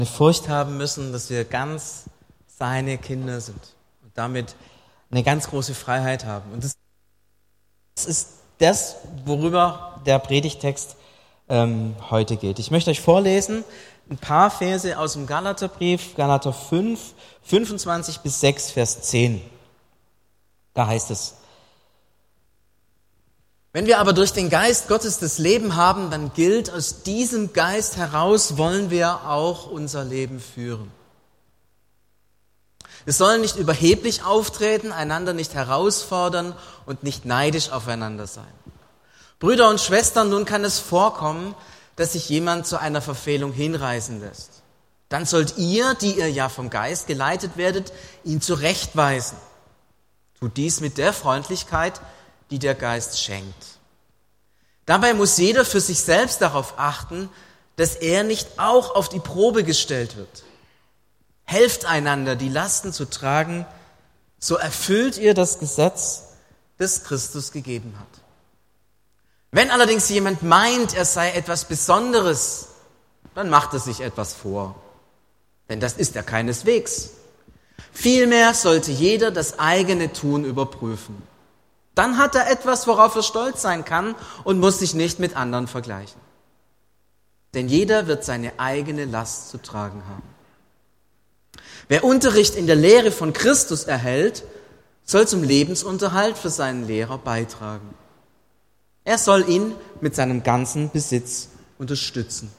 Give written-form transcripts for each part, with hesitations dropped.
Furcht haben müssen, dass wir ganz seine Kinder sind und damit eine ganz große Freiheit haben. Und das ist das, worüber der Predigtext heute geht. Ich möchte euch vorlesen ein paar Verse aus dem Galaterbrief, Galater 5, 25 bis 6, Vers 10. Da heißt es: Wenn wir aber durch den Geist Gottes das Leben haben, dann gilt, aus diesem Geist heraus wollen wir auch unser Leben führen. Wir sollen nicht überheblich auftreten, einander nicht herausfordern und nicht neidisch aufeinander sein. Brüder und Schwestern, nun kann es vorkommen, dass sich jemand zu einer Verfehlung hinreißen lässt. Dann sollt ihr, die ihr ja vom Geist geleitet werdet, ihn zurechtweisen. Tut dies mit der Freundlichkeit, die der Geist schenkt. Dabei muss jeder für sich selbst darauf achten, dass er nicht auch auf die Probe gestellt wird. Helft einander, die Lasten zu tragen, so erfüllt ihr das Gesetz, das Christus gegeben hat. Wenn allerdings jemand meint, er sei etwas Besonderes, dann macht er sich etwas vor. Denn das ist er keineswegs. Vielmehr sollte jeder das eigene Tun überprüfen. Dann hat er etwas, worauf er stolz sein kann und muss sich nicht mit anderen vergleichen. Denn jeder wird seine eigene Last zu tragen haben. Wer Unterricht in der Lehre von Christus erhält, soll zum Lebensunterhalt für seinen Lehrer beitragen. Er soll ihn mit seinem ganzen Besitz unterstützen.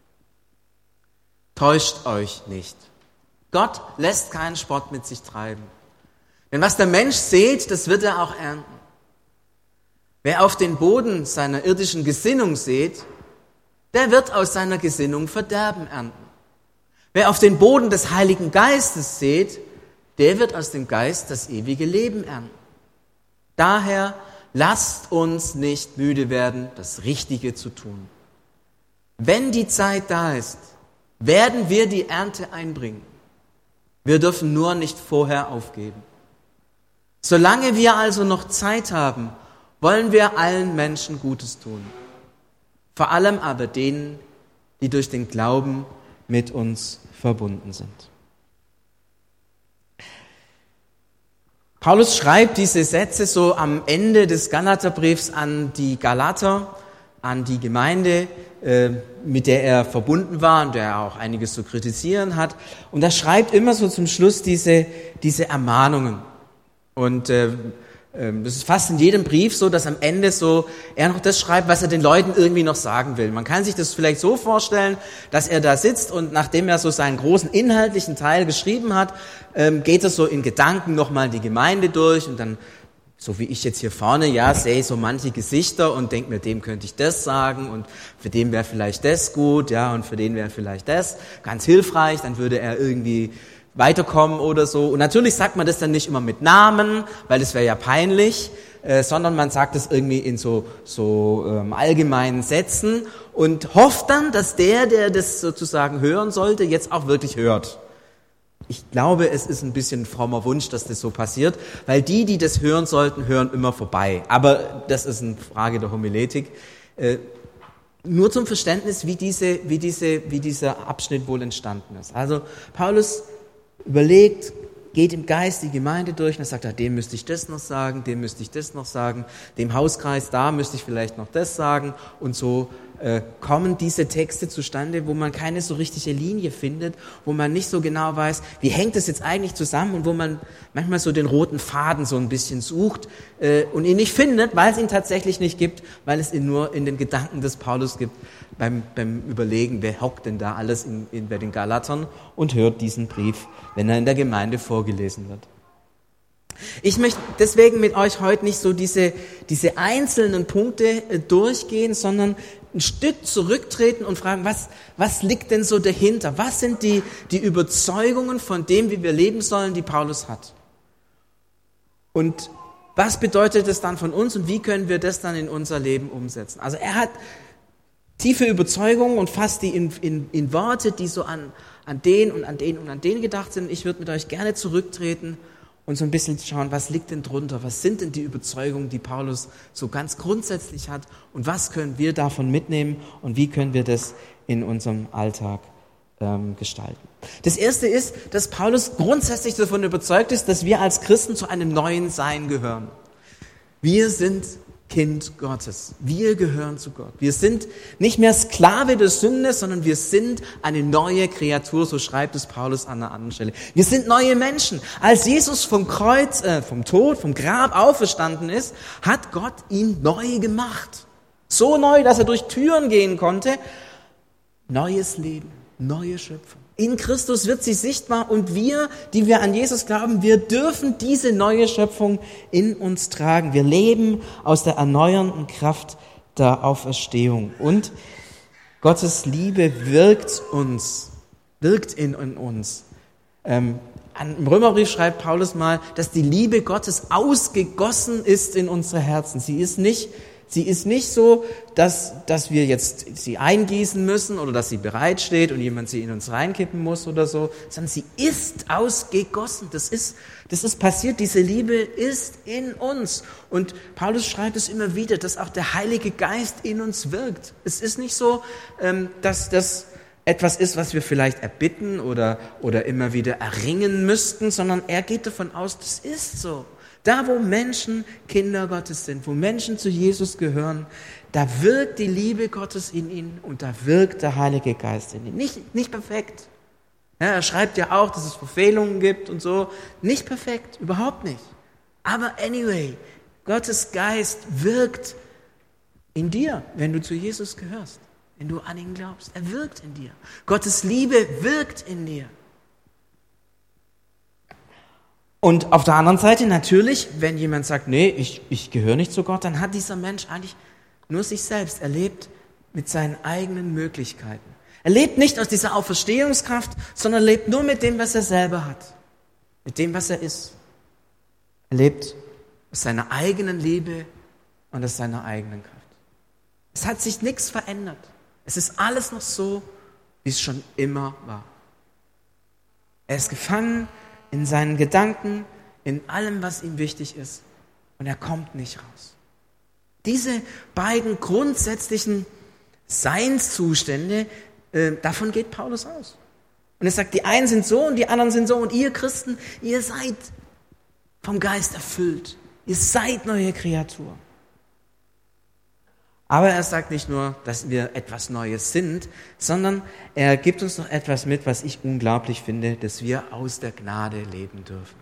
Täuscht euch nicht. Gott lässt keinen Spott mit sich treiben. Denn was der Mensch sät, das wird er auch ernten. Wer auf den Boden seiner irdischen Gesinnung sät, der wird aus seiner Gesinnung Verderben ernten. Wer auf den Boden des Heiligen Geistes sät, der wird aus dem Geist das ewige Leben ernten. Daher lasst uns nicht müde werden, das Richtige zu tun. Wenn die Zeit da ist, werden wir die Ernte einbringen. Wir dürfen nur nicht vorher aufgeben. Solange wir also noch Zeit haben, wollen wir allen Menschen Gutes tun. Vor allem aber denen, die durch den Glauben mit uns verbunden sind. Paulus schreibt diese Sätze so am Ende des Galaterbriefs an die Galater, an die Gemeinde, mit der er verbunden war und der er auch einiges zu kritisieren hat. Und er schreibt immer so zum Schluss diese Ermahnungen. Und das ist fast in jedem Brief so, dass am Ende so er noch das schreibt, was er den Leuten irgendwie noch sagen will. Man kann sich das vielleicht so vorstellen, dass er da sitzt und nachdem er so seinen großen inhaltlichen Teil geschrieben hat, geht er so in Gedanken nochmal die Gemeinde durch und dann, so wie ich jetzt hier vorne, ja, sehe so manche Gesichter und denke mir, dem könnte ich das sagen und für den wäre vielleicht das gut, ja, und für den wäre vielleicht das ganz hilfreich, dann würde er irgendwie weiterkommen oder so. Und natürlich sagt man das dann nicht immer mit Namen, weil das wäre ja peinlich, sondern man sagt das irgendwie in so allgemeinen Sätzen und hofft dann, dass der das sozusagen hören sollte, jetzt auch wirklich hört. Ich glaube, es ist ein bisschen ein frommer Wunsch, dass das so passiert, weil die das hören sollten, hören immer vorbei. Aber das ist eine Frage der Homiletik. Nur zum Verständnis, wie dieser Abschnitt wohl entstanden ist. Also Paulus überlegt, geht im Geist die Gemeinde durch und er sagt, dem müsste ich das noch sagen, dem müsste ich das noch sagen, dem Hauskreis da müsste ich vielleicht noch das sagen und so kommen diese Texte zustande, wo man keine so richtige Linie findet, wo man nicht so genau weiß, wie hängt das jetzt eigentlich zusammen und wo man manchmal so den roten Faden so ein bisschen sucht und ihn nicht findet, weil es ihn tatsächlich nicht gibt, weil es ihn nur in den Gedanken des Paulus gibt, beim Überlegen, wer hockt denn da alles bei den Galatern und hört diesen Brief, wenn er in der Gemeinde vorgelesen wird. Ich möchte deswegen mit euch heute nicht so diese einzelnen Punkte durchgehen, sondern ein Stück zurücktreten und fragen, was liegt denn so dahinter? Was sind die Überzeugungen von dem, wie wir leben sollen, die Paulus hat? Und was bedeutet es dann von uns und wie können wir das dann in unser Leben umsetzen? Also er hat tiefe Überzeugungen und fasst die in Worte, die so an den und an den und an den gedacht sind. Ich würde mit euch gerne zurücktreten und so ein bisschen schauen, was liegt denn drunter? Was sind denn die Überzeugungen, die Paulus so ganz grundsätzlich hat? Und was können wir davon mitnehmen? Und wie können wir das in unserem Alltag gestalten. Das erste ist, dass Paulus grundsätzlich davon überzeugt ist, dass wir als Christen zu einem neuen Sein gehören. Wir sind Kind Gottes. Wir gehören zu Gott. Wir sind nicht mehr Sklave der Sünde, sondern wir sind eine neue Kreatur, so schreibt es Paulus an einer anderen Stelle. Wir sind neue Menschen. Als Jesus vom Tod, vom Grab auferstanden ist, hat Gott ihn neu gemacht. So neu, dass er durch Türen gehen konnte. Neues Leben, neue Schöpfung. In Christus wird sie sichtbar und wir, die wir an Jesus glauben, wir dürfen diese neue Schöpfung in uns tragen. Wir leben aus der erneuernden Kraft der Auferstehung. Und Gottes Liebe wirkt in uns. Im Römerbrief schreibt Paulus mal, dass die Liebe Gottes ausgegossen ist in unsere Herzen. Sie ist nicht so, dass wir jetzt sie eingießen müssen oder dass sie bereitsteht und jemand sie in uns reinkippen muss oder so, sondern sie ist ausgegossen. Das ist passiert. Diese Liebe ist in uns. Und Paulus schreibt es immer wieder, dass auch der Heilige Geist in uns wirkt. Es ist nicht so, dass das etwas ist, was wir vielleicht erbitten oder immer wieder erringen müssten, sondern er geht davon aus, das ist so. Da, wo Menschen Kinder Gottes sind, wo Menschen zu Jesus gehören, da wirkt die Liebe Gottes in ihnen und da wirkt der Heilige Geist in ihnen. Nicht perfekt. Ja, er schreibt ja auch, dass es Verfehlungen gibt und so. Nicht perfekt, überhaupt nicht. Aber anyway, Gottes Geist wirkt in dir, wenn du zu Jesus gehörst, wenn du an ihn glaubst. Er wirkt in dir. Gottes Liebe wirkt in dir. Und auf der anderen Seite natürlich, wenn jemand sagt, nee, ich gehöre nicht zu Gott, dann hat dieser Mensch eigentlich nur sich selbst erlebt mit seinen eigenen Möglichkeiten. Er lebt nicht aus dieser Auferstehungskraft, sondern lebt nur mit dem, was er selber hat, mit dem, was er ist. Er lebt aus seiner eigenen Liebe und aus seiner eigenen Kraft. Es hat sich nichts verändert. Es ist alles noch so, wie es schon immer war. Er ist gefangen in seinen Gedanken, in allem, was ihm wichtig ist. Und er kommt nicht raus. Diese beiden grundsätzlichen Seinszustände, davon geht Paulus aus. Und er sagt, die einen sind so und die anderen sind so. Und ihr Christen, ihr seid vom Geist erfüllt. Ihr seid neue Kreatur. Aber er sagt nicht nur, dass wir etwas Neues sind, sondern er gibt uns noch etwas mit, was ich unglaublich finde, dass wir aus der Gnade leben dürfen.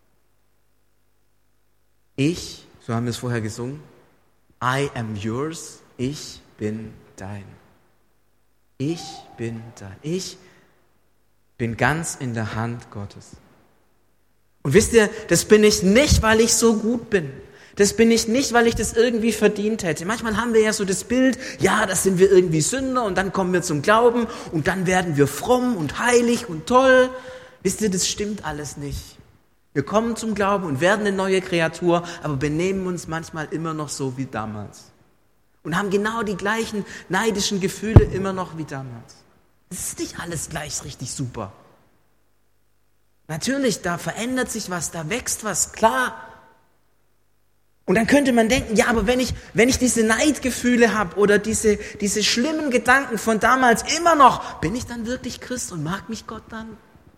Ich, so haben wir es vorher gesungen, I am yours, ich bin dein. Ich bin dein. Ich bin ganz in der Hand Gottes. Und wisst ihr, das bin ich nicht, weil ich so gut bin. Das bin ich nicht, weil ich das irgendwie verdient hätte. Manchmal haben wir ja so das Bild, ja, das sind wir irgendwie Sünder und dann kommen wir zum Glauben und dann werden wir fromm und heilig und toll. Wisst ihr, das stimmt alles nicht. Wir kommen zum Glauben und werden eine neue Kreatur, aber benehmen uns manchmal immer noch so wie damals. Und haben genau die gleichen neidischen Gefühle immer noch wie damals. Es ist nicht alles gleich richtig super. Natürlich, da verändert sich was, da wächst was, klar. Und dann könnte man denken, ja, aber wenn ich diese Neidgefühle habe oder diese schlimmen Gedanken von damals immer noch, bin ich dann wirklich Christ und mag mich Gott dann?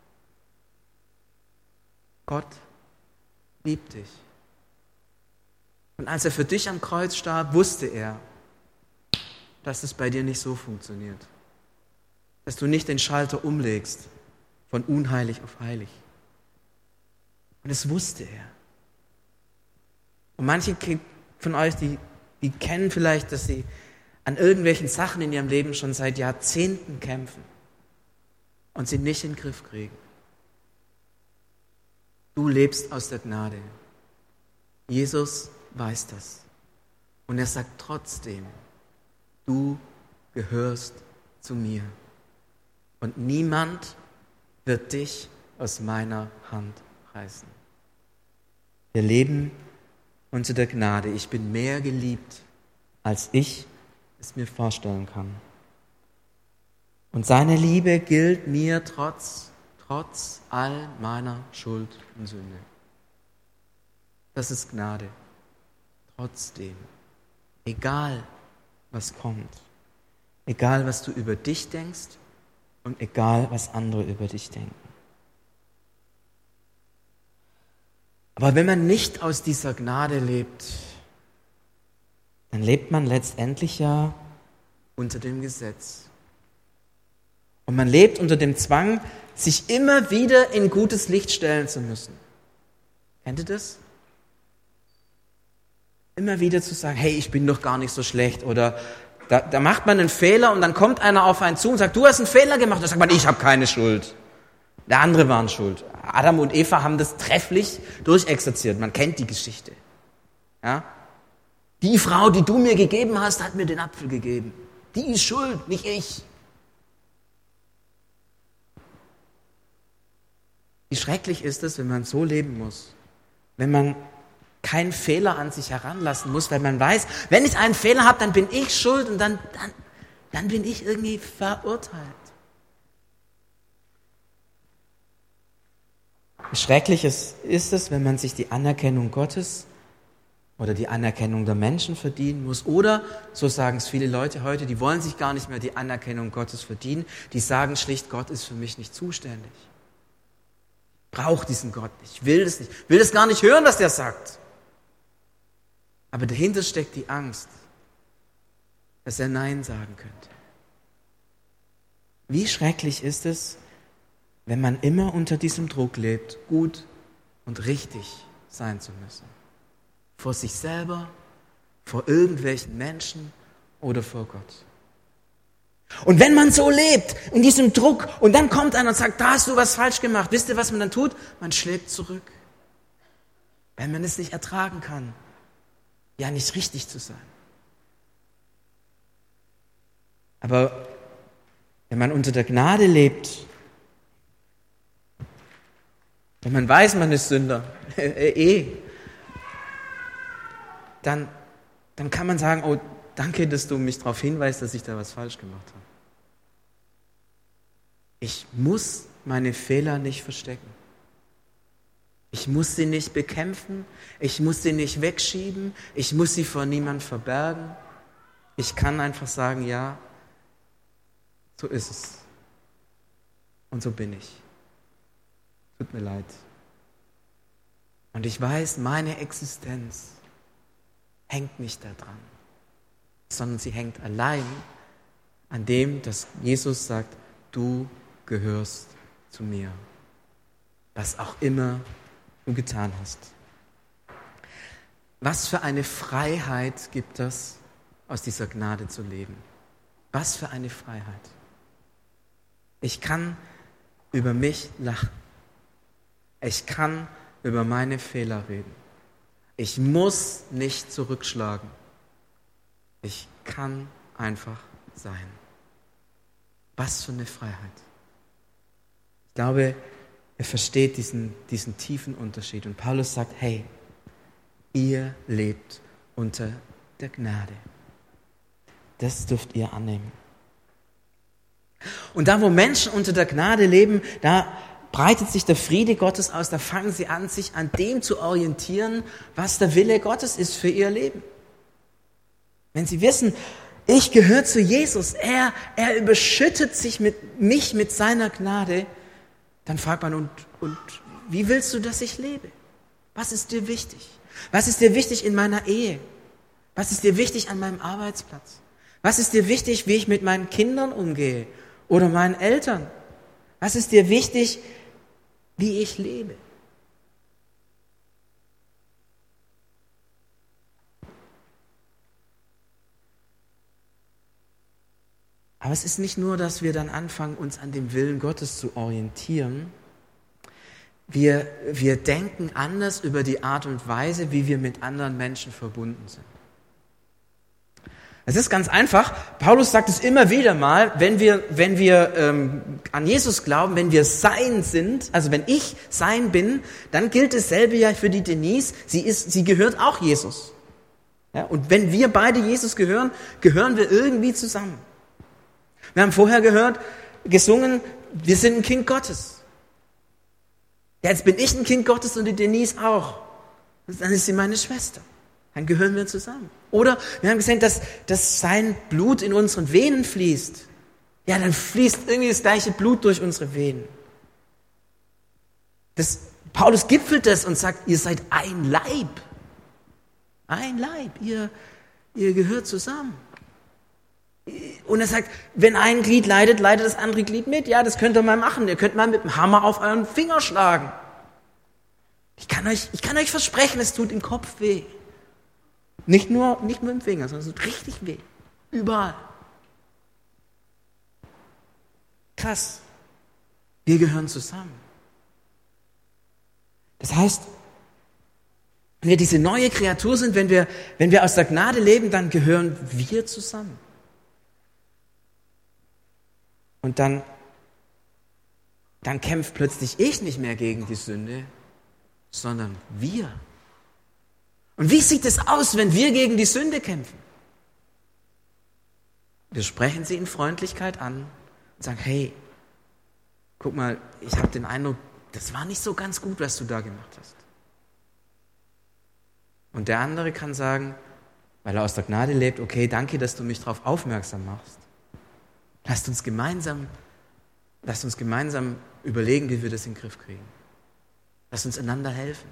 Gott liebt dich. Und als er für dich am Kreuz starb, wusste er, dass es bei dir nicht so funktioniert. Dass du nicht den Schalter umlegst von unheilig auf heilig. Und das wusste er. Und manche von euch, die kennen vielleicht, dass sie an irgendwelchen Sachen in ihrem Leben schon seit Jahrzehnten kämpfen und sie nicht in den Griff kriegen. Du lebst aus der Gnade. Jesus weiß das. Und er sagt trotzdem, du gehörst zu mir. Und niemand wird dich aus meiner Hand reißen. Wir leben unter der Gnade. Ich bin mehr geliebt, als ich es mir vorstellen kann. Und seine Liebe gilt mir trotz all meiner Schuld und Sünde. Das ist Gnade. Trotzdem. Egal, was kommt. Egal, was du über dich denkst. und egal, was andere über dich denken. Aber wenn man nicht aus dieser Gnade lebt, dann lebt man letztendlich ja unter dem Gesetz. Und man lebt unter dem Zwang, sich immer wieder in gutes Licht stellen zu müssen. Kennt ihr das? Immer wieder zu sagen, hey, ich bin doch gar nicht so schlecht. Oder da macht man einen Fehler und dann kommt einer auf einen zu und sagt, du hast einen Fehler gemacht. Und dann sagt man, ich habe keine Schuld. Der andere waren schuld. Adam und Eva haben das trefflich durchexerziert. Man kennt die Geschichte. Ja? Die Frau, die du mir gegeben hast, hat mir den Apfel gegeben. Die ist schuld, nicht ich. Wie schrecklich ist es, wenn man so leben muss. Wenn man keinen Fehler an sich heranlassen muss, weil man weiß, wenn ich einen Fehler habe, dann bin ich schuld und dann bin ich irgendwie verurteilt. Wie schrecklich ist es, wenn man sich die Anerkennung Gottes oder die Anerkennung der Menschen verdienen muss. Oder, so sagen es viele Leute heute, die wollen sich gar nicht mehr die Anerkennung Gottes verdienen. Die sagen schlicht, Gott ist für mich nicht zuständig. Ich brauche diesen Gott nicht, ich will das nicht, will das gar nicht hören, was der sagt. Aber dahinter steckt die Angst, dass er Nein sagen könnte. Wie schrecklich ist es, wenn man immer unter diesem Druck lebt, gut und richtig sein zu müssen. Vor sich selber, vor irgendwelchen Menschen oder vor Gott. Und wenn man so lebt, in diesem Druck, und dann kommt einer und sagt, da hast du was falsch gemacht, wisst ihr, was man dann tut? Man schlägt zurück, weil man es nicht ertragen kann, ja nicht richtig zu sein. Aber wenn man unter der Gnade lebt, wenn man weiß, man ist Sünder, dann kann man sagen, oh, danke, dass du mich darauf hinweist, dass ich da was falsch gemacht habe. Ich muss meine Fehler nicht verstecken. Ich muss sie nicht bekämpfen, ich muss sie nicht wegschieben, ich muss sie vor niemand verbergen. Ich kann einfach sagen, ja, so ist es. Und so bin ich. Tut mir leid. Und ich weiß, meine Existenz hängt nicht daran, sondern sie hängt allein an dem, dass Jesus sagt, du gehörst zu mir. Was auch immer du getan hast. Was für eine Freiheit gibt es, aus dieser Gnade zu leben? Was für eine Freiheit. Ich kann über mich lachen. Ich kann über meine Fehler reden. Ich muss nicht zurückschlagen. Ich kann einfach sein. Was für eine Freiheit. Ich glaube, er versteht diesen tiefen Unterschied. Und Paulus sagt, hey, ihr lebt unter der Gnade. Das dürft ihr annehmen. Und da, wo Menschen unter der Gnade leben, da breitet sich der Friede Gottes aus, da fangen sie an, sich an dem zu orientieren, was der Wille Gottes ist für ihr Leben. Wenn sie wissen, ich gehöre zu Jesus, er überschüttet mich mit seiner Gnade, dann fragt man, und wie willst du, dass ich lebe? Was ist dir wichtig? Was ist dir wichtig in meiner Ehe? Was ist dir wichtig an meinem Arbeitsplatz? Was ist dir wichtig, wie ich mit meinen Kindern umgehe oder meinen Eltern? Was ist dir wichtig, wie ich lebe? Aber es ist nicht nur, dass wir dann anfangen, uns an dem Willen Gottes zu orientieren. Wir denken anders über die Art und Weise, wie wir mit anderen Menschen verbunden sind. Es ist ganz einfach. Paulus sagt es immer wieder mal, wenn wir an Jesus glauben, wenn wir sein sind, also wenn ich sein bin, dann gilt dasselbe ja für die Denise. Sie gehört auch Jesus. Ja, und wenn wir beide Jesus gehören wir irgendwie zusammen. Wir haben vorher gesungen, wir sind ein Kind Gottes. Ja, jetzt bin ich ein Kind Gottes und die Denise auch. Dann ist sie meine Schwester. Dann gehören wir zusammen. Oder wir haben gesehen, dass sein Blut in unseren Venen fließt. ja, dann fließt irgendwie das gleiche Blut durch unsere Venen. Paulus gipfelt das und sagt, ihr seid ein Leib. Ein Leib, ihr gehört zusammen. Und er sagt, wenn ein Glied leidet, leidet das andere Glied mit. Ja, das könnt ihr mal machen. Ihr könnt mal mit dem Hammer auf euren Finger schlagen. Ich kann euch versprechen, es tut im Kopf weh. Nicht nur im Finger, sondern es tut richtig weh. Überall. Krass. Wir gehören zusammen. Das heißt, wenn wir diese neue Kreatur sind, wenn wir aus der Gnade leben, dann gehören wir zusammen. Und dann kämpft plötzlich ich nicht mehr gegen die Sünde, sondern wir. Und wie sieht es aus, wenn wir gegen die Sünde kämpfen? Wir sprechen sie in Freundlichkeit an und sagen, hey, guck mal, ich habe den Eindruck, das war nicht so ganz gut, was du da gemacht hast. Und der andere kann sagen, weil er aus der Gnade lebt, okay, danke, dass du mich darauf aufmerksam machst. Lasst uns gemeinsam überlegen, wie wir das in den Griff kriegen. Lasst uns einander helfen.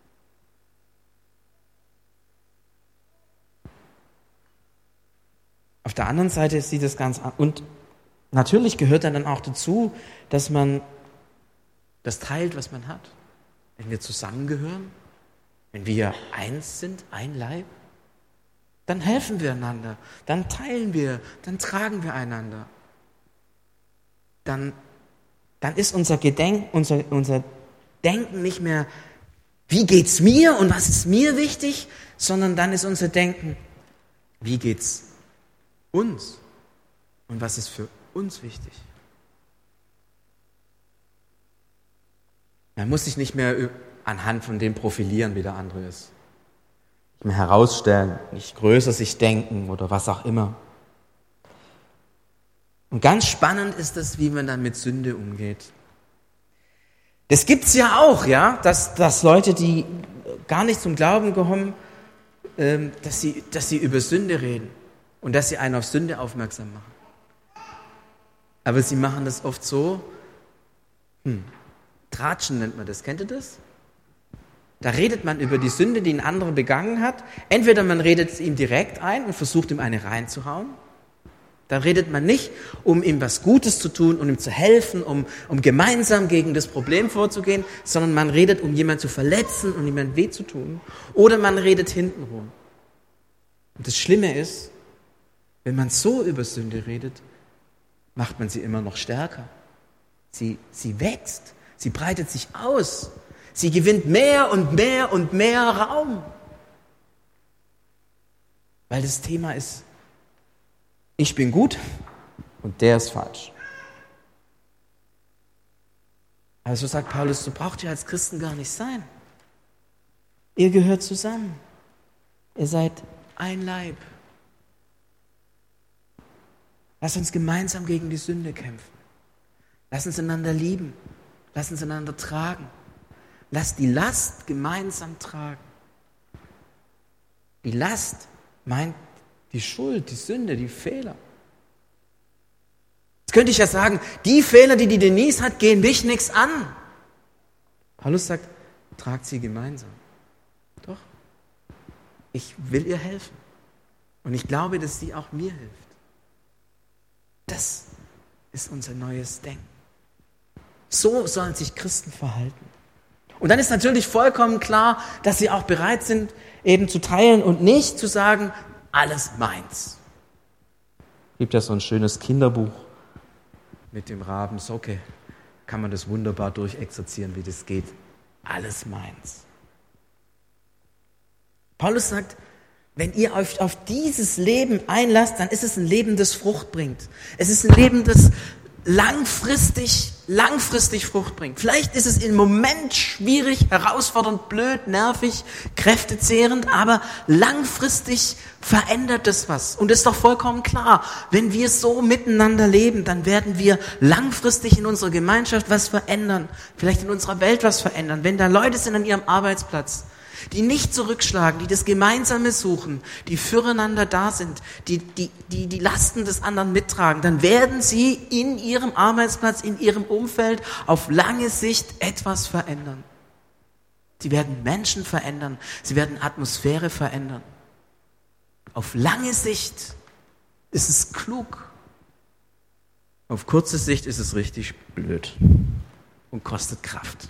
Auf der anderen Seite sieht es ganz an. Und natürlich gehört dann auch dazu, dass man das teilt, was man hat. Wenn wir zusammengehören, wenn wir eins sind, ein Leib, dann helfen wir einander, dann teilen wir, dann tragen wir einander. Dann ist unser Denken nicht mehr, wie geht's mir und was ist mir wichtig, sondern dann ist unser Denken, wie geht's uns und was ist für uns wichtig. Man muss sich nicht mehr anhand von dem profilieren, wie der andere ist. Nicht mehr herausstellen, nicht größer sich denken oder was auch immer. Und ganz spannend ist es, wie man dann mit Sünde umgeht. Das gibt's ja auch, ja, dass Leute, die gar nicht zum Glauben kommen, dass sie über Sünde reden und dass sie einen auf Sünde aufmerksam machen. Aber sie machen das oft so, Tratschen nennt man das, kennt ihr das? Da redet man über die Sünde, die ein anderer begangen hat. Entweder man redet es ihm direkt ein und versucht ihm eine reinzuhauen. Dann redet man nicht, um ihm was Gutes zu tun und ihm zu helfen, um gemeinsam gegen das Problem vorzugehen, sondern man redet, um jemanden zu verletzen und jemandem weh zu tun. Oder man redet hintenrum. Und das Schlimme ist, wenn man so über Sünde redet, macht man sie immer noch stärker. Sie wächst, sie breitet sich aus, sie gewinnt mehr und mehr und mehr Raum. Weil das Thema ist, ich bin gut und der ist falsch. Aber so sagt Paulus, so braucht ihr als Christen gar nicht sein. Ihr gehört zusammen. Ihr seid ein Leib. Lasst uns gemeinsam gegen die Sünde kämpfen. Lasst uns einander lieben. Lasst uns einander tragen. Lasst die Last gemeinsam tragen. Die Last meint die Schuld, die Sünde, die Fehler. Jetzt könnte ich ja sagen, die Fehler, die Denise hat, gehen mich nichts an. Paulus sagt, tragt sie gemeinsam. Doch, ich will ihr helfen. Und ich glaube, dass sie auch mir hilft. Das ist unser neues Denken. So sollen sich Christen verhalten. Und dann ist natürlich vollkommen klar, dass sie auch bereit sind, eben zu teilen und nicht zu sagen, alles meins. Es gibt ja so ein schönes Kinderbuch mit dem Raben Socke. Kann man das wunderbar durchexerzieren, wie das geht. Alles meins. Paulus sagt, wenn ihr euch auf dieses Leben einlasst, dann ist es ein Leben, das Frucht bringt. Es ist ein Leben, das langfristig Frucht bringt. Vielleicht ist es im Moment schwierig, herausfordernd, blöd, nervig, kräftezehrend, aber langfristig verändert es was. Und es ist doch vollkommen klar, wenn wir so miteinander leben, dann werden wir langfristig in unserer Gemeinschaft was verändern, vielleicht in unserer Welt was verändern. Wenn da Leute sind an ihrem Arbeitsplatz, die nicht zurückschlagen, die das Gemeinsame suchen, die füreinander da sind, die Lasten des anderen mittragen, dann werden sie in ihrem Arbeitsplatz, in ihrem Umfeld auf lange Sicht etwas verändern. Sie werden Menschen verändern, sie werden Atmosphäre verändern. Auf lange Sicht ist es klug. Auf kurze Sicht ist es richtig blöd und kostet Kraft.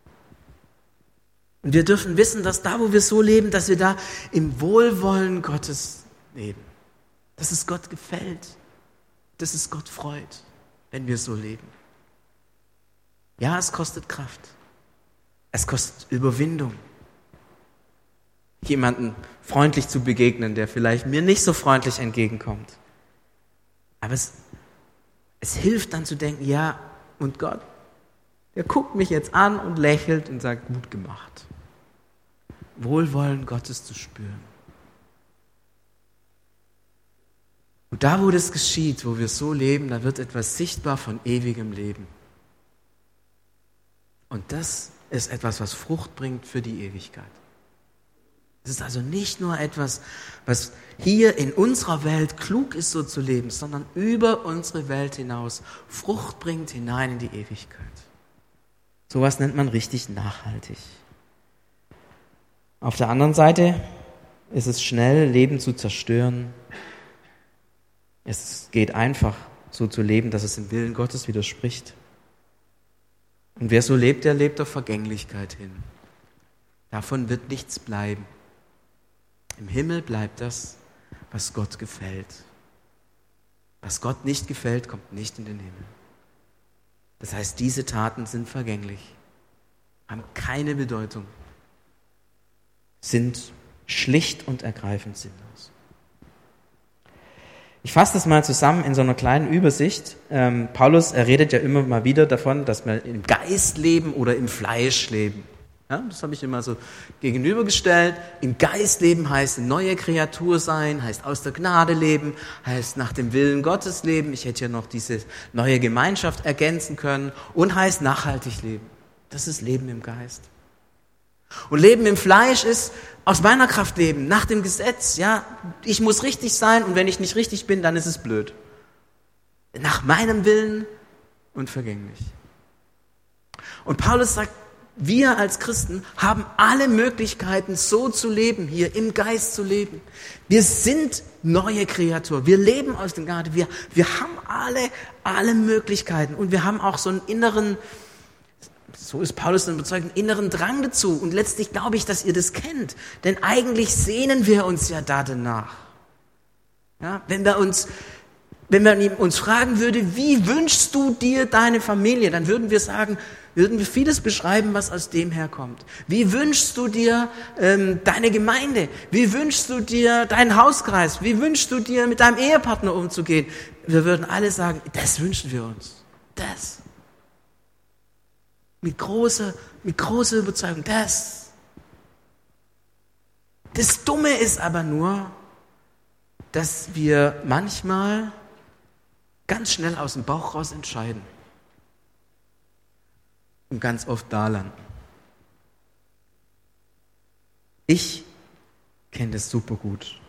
Und wir dürfen wissen, dass da, wo wir so leben, dass wir da im Wohlwollen Gottes leben. Dass es Gott gefällt, dass es Gott freut, wenn wir so leben. Ja, es kostet Kraft. Es kostet Überwindung. Jemanden freundlich zu begegnen, der vielleicht mir nicht so freundlich entgegenkommt. Aber es hilft dann zu denken, ja, und Gott, der guckt mich jetzt an und lächelt und sagt, gut gemacht. Wohlwollen Gottes zu spüren. Und da, wo das geschieht, wo wir so leben, da wird etwas sichtbar von ewigem Leben. Und das ist etwas, was Frucht bringt für die Ewigkeit. Es ist also nicht nur etwas, was hier in unserer Welt klug ist, so zu leben, sondern über unsere Welt hinaus Frucht bringt hinein in die Ewigkeit. Sowas nennt man richtig nachhaltig. Auf der anderen Seite ist es schnell, Leben zu zerstören. Es geht einfach, so zu leben, dass es dem Willen Gottes widerspricht. Und wer so lebt, der lebt auf Vergänglichkeit hin. Davon wird nichts bleiben. Im Himmel bleibt das, was Gott gefällt. Was Gott nicht gefällt, kommt nicht in den Himmel. Das heißt, diese Taten sind vergänglich, haben keine Bedeutung, sind schlicht und ergreifend sinnlos. Ich fasse das mal zusammen in so einer kleinen Übersicht. Paulus, er redet ja immer mal wieder davon, dass wir im Geist leben oder im Fleisch leben. Ja, das habe ich immer so gegenübergestellt. Im Geist leben heißt eine neue Kreatur sein, heißt aus der Gnade leben, heißt nach dem Willen Gottes leben. Ich hätte ja noch diese neue Gemeinschaft ergänzen können und heißt nachhaltig leben. Das ist Leben im Geist. Und Leben im Fleisch ist aus meiner Kraft leben, nach dem Gesetz. Ja, ich muss richtig sein und wenn ich nicht richtig bin, dann ist es blöd. Nach meinem Willen und vergänglich. Und Paulus sagt, wir als Christen haben alle Möglichkeiten, so zu leben, hier im Geist zu leben. Wir sind neue Kreaturen. Wir leben aus der Gnade. Wir haben alle Möglichkeiten. Und wir haben auch so einen inneren, so ist Paulus dann überzeugt, einen inneren Drang dazu. Und letztlich glaube ich, dass ihr das kennt. Denn eigentlich sehnen wir uns ja da danach. Ja, wenn man uns fragen würde, wie wünschst du dir deine Familie, dann würden wir vieles beschreiben, was aus dem herkommt. Wie wünschst du dir deine Gemeinde? Wie wünschst du dir deinen Hauskreis? Wie wünschst du dir, mit deinem Ehepartner umzugehen? Wir würden alle sagen, das wünschen wir uns. Das. Mit großer Überzeugung. Das. Das Dumme ist aber nur, dass wir manchmal ganz schnell aus dem Bauch raus entscheiden. Und ganz oft da landen. Ich kenne das super gut.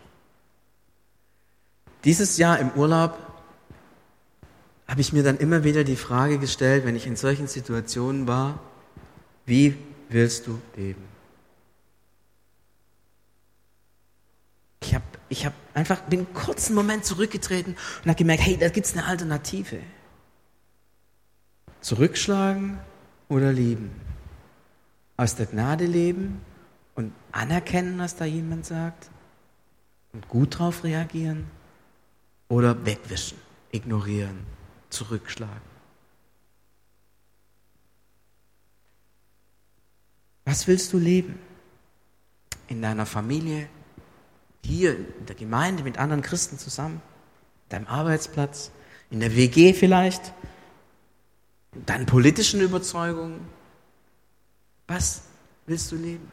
Dieses Jahr im Urlaub habe ich mir dann immer wieder die Frage gestellt, wenn ich in solchen Situationen war, wie willst du leben? Ich habe einfach bin einen kurzen Moment zurückgetreten und habe gemerkt, hey, da gibt es eine Alternative. Zurückschlagen oder lieben? Aus der Gnade leben und anerkennen, was da jemand sagt und gut drauf reagieren oder wegwischen, ignorieren, zurückschlagen. Was willst du leben? In deiner Familie, hier in der Gemeinde mit anderen Christen zusammen, deinem Arbeitsplatz, in der WG vielleicht, deinen politischen Überzeugungen. Was willst du leben?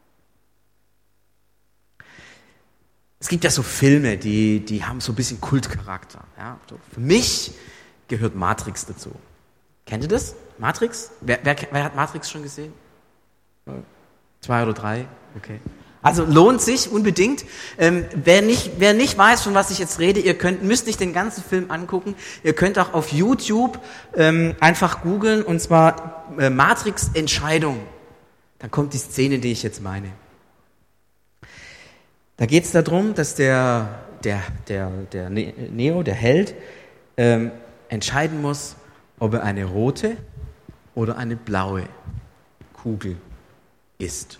Es gibt ja so Filme, die haben so ein bisschen Kultcharakter. Ja? So, für mich gehört Matrix dazu. Kennt ihr das? Matrix? Wer hat Matrix schon gesehen? 2 oder 3? Okay. Also lohnt sich unbedingt. Wer nicht weiß, von was ich jetzt rede, müsst nicht den ganzen Film angucken. Ihr könnt auch auf YouTube einfach googeln, und zwar Matrix Entscheidung. Dann kommt die Szene, die ich jetzt meine. Da geht es darum, dass der Neo, der Held, entscheiden muss, ob er eine rote oder eine blaue Kugel ist.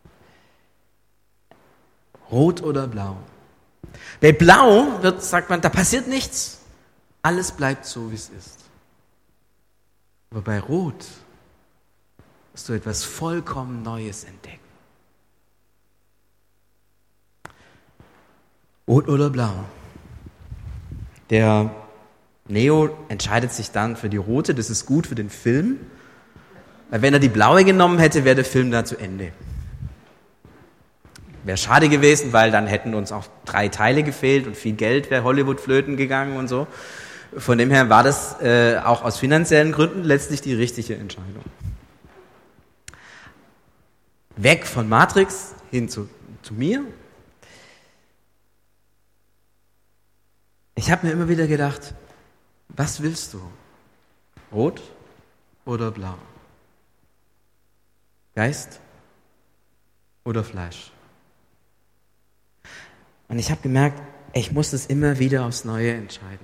Rot oder blau. Bei blau sagt man, da passiert nichts. Alles bleibt so, wie es ist. Aber bei rot wirst du etwas vollkommen Neues entdecken. Rot oder blau. Der Neo entscheidet sich dann für die rote. Das ist gut für den Film. Weil wenn er die blaue genommen hätte, wäre der Film da zu Ende. Wäre schade gewesen, weil dann hätten uns auch 3 Teile gefehlt und viel Geld wäre Hollywood flöten gegangen und so. Von dem her war das auch aus finanziellen Gründen letztlich die richtige Entscheidung. Weg von Matrix hin zu mir. Ich habe mir immer wieder gedacht, was willst du? Rot oder blau? Geist oder Fleisch? Und ich habe gemerkt, ich muss das immer wieder aufs Neue entscheiden.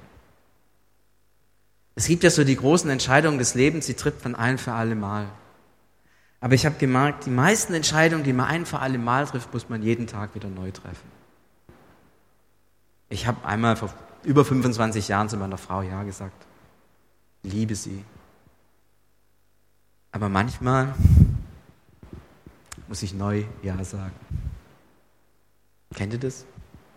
Es gibt ja so die großen Entscheidungen des Lebens, die trifft man ein für alle Mal. Aber ich habe gemerkt, die meisten Entscheidungen, die man ein für alle Mal trifft, muss man jeden Tag wieder neu treffen. Ich habe einmal vor über 25 Jahren zu meiner Frau Ja gesagt. Ich liebe sie. Aber manchmal muss ich neu Ja sagen. Kennt ihr das?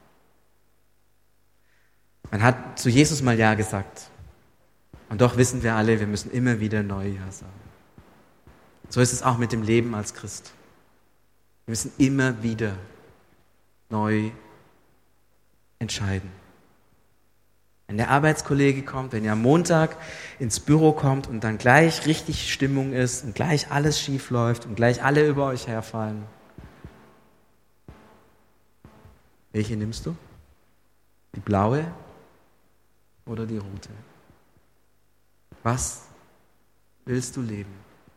Man hat zu Jesus mal Ja gesagt. Und doch wissen wir alle, wir müssen immer wieder neu Ja sagen. So ist es auch mit dem Leben als Christ. Wir müssen immer wieder neu entscheiden. Wenn der Arbeitskollege kommt, wenn ihr am Montag ins Büro kommt und dann gleich richtig Stimmung ist und gleich alles schief läuft und gleich alle über euch herfallen. Welche nimmst du? Die blaue oder die rote? Was willst du leben?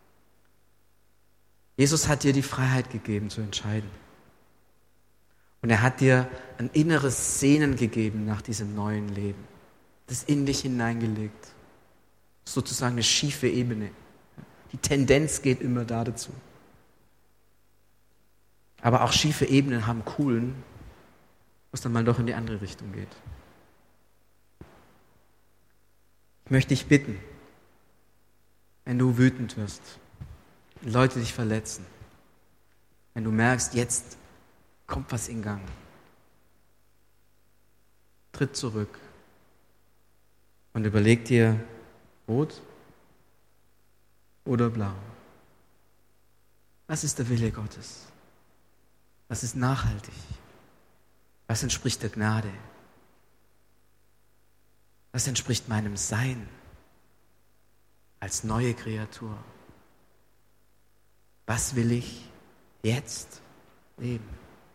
Jesus hat dir die Freiheit gegeben zu entscheiden. Und er hat dir ein inneres Sehnen gegeben nach diesem neuen Leben. Das in dich hineingelegt. Sozusagen eine schiefe Ebene. Die Tendenz geht immer da dazu. Aber auch schiefe Ebenen haben coolen, was dann mal doch in die andere Richtung geht. Ich möchte dich bitten, wenn du wütend wirst, wenn Leute dich verletzen, wenn du merkst, jetzt kommt was in Gang, tritt zurück und überleg dir, rot oder blau. Was ist der Wille Gottes? Was ist nachhaltig? Was entspricht der Gnade? Was entspricht meinem Sein als neue Kreatur? Was will ich jetzt leben?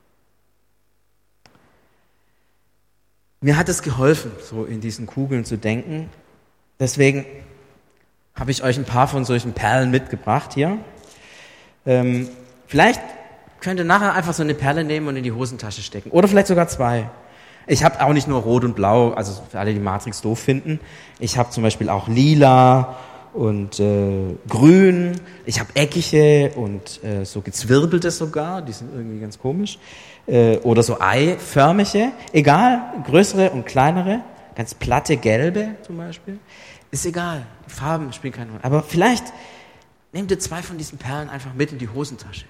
Mir hat es geholfen, so in diesen Kugeln zu denken. Deswegen habe ich euch ein paar von solchen Perlen mitgebracht hier. Vielleicht könnt ihr nachher einfach so eine Perle nehmen und in die Hosentasche stecken. Oder vielleicht sogar 2. Ich habe auch nicht nur Rot und Blau, also für alle, die Matrix doof finden. Ich habe zum Beispiel auch Lila und Grün. Ich habe eckige und so gezwirbelte sogar, die sind irgendwie ganz komisch. Oder so eiförmige, egal, größere und kleinere, ganz platte gelbe zum Beispiel. Ist egal, die Farben spielen keine Rolle. Aber vielleicht nehmt ihr 2 von diesen Perlen einfach mit in die Hosentasche.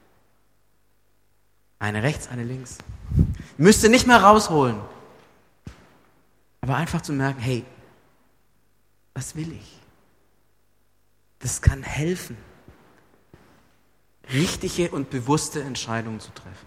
Eine rechts, eine links. Müsst ihr nicht mehr rausholen. Aber einfach zu merken, hey, was will ich? Das kann helfen, richtige und bewusste Entscheidungen zu treffen.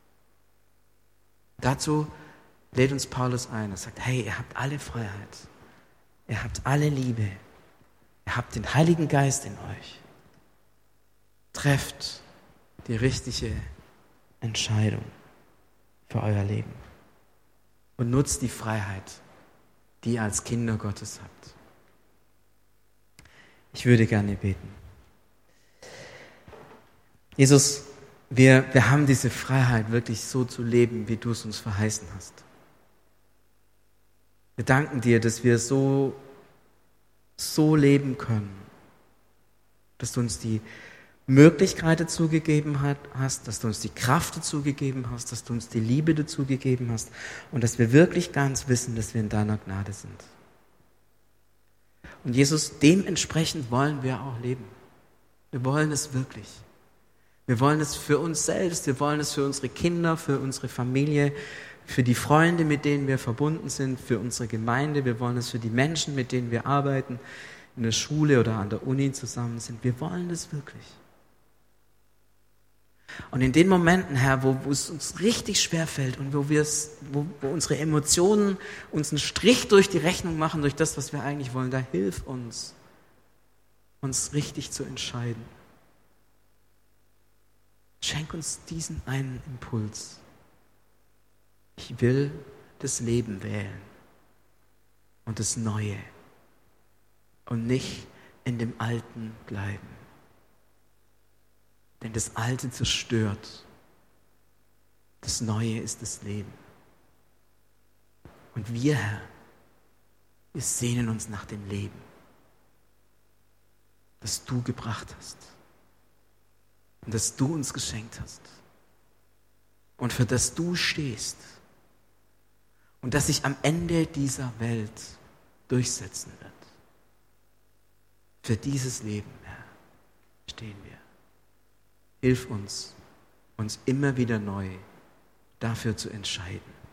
Dazu lädt uns Paulus ein. Er sagt, hey, ihr habt alle Freiheit. Ihr habt alle Liebe. Ihr habt den Heiligen Geist in euch. Trefft die richtige Entscheidung für euer Leben. Und nutzt die Freiheit, die ihr als Kinder Gottes habt. Ich würde gerne beten. Jesus, wir haben diese Freiheit, wirklich so zu leben, wie du es uns verheißen hast. Wir danken dir, dass wir so leben können, dass du uns die Möglichkeit dazu gegeben hast, dass du uns die Kraft dazu gegeben hast, dass du uns die Liebe dazu gegeben hast und dass wir wirklich ganz wissen, dass wir in deiner Gnade sind. Und Jesus, dementsprechend wollen wir auch leben. Wir wollen es wirklich. Wir wollen es für uns selbst, wir wollen es für unsere Kinder, für unsere Familie, für die Freunde, mit denen wir verbunden sind, für unsere Gemeinde. Wir wollen es für die Menschen, mit denen wir arbeiten, in der Schule oder an der Uni zusammen sind. Wir wollen es wirklich. Und in den Momenten, Herr, wo es uns richtig schwerfällt und wo unsere Emotionen uns einen Strich durch die Rechnung machen, durch das, was wir eigentlich wollen, da hilf uns richtig zu entscheiden. Schenk uns diesen einen Impuls. Ich will das Leben wählen und das Neue und nicht in dem Alten bleiben. Denn das Alte zerstört. Das Neue ist das Leben. Und wir, Herr, wir sehnen uns nach dem Leben, das du gebracht hast und das du uns geschenkt hast und für das du stehst und das sich am Ende dieser Welt durchsetzen wird. Für dieses Leben, Herr, stehen wir. Hilf uns immer wieder neu dafür zu entscheiden.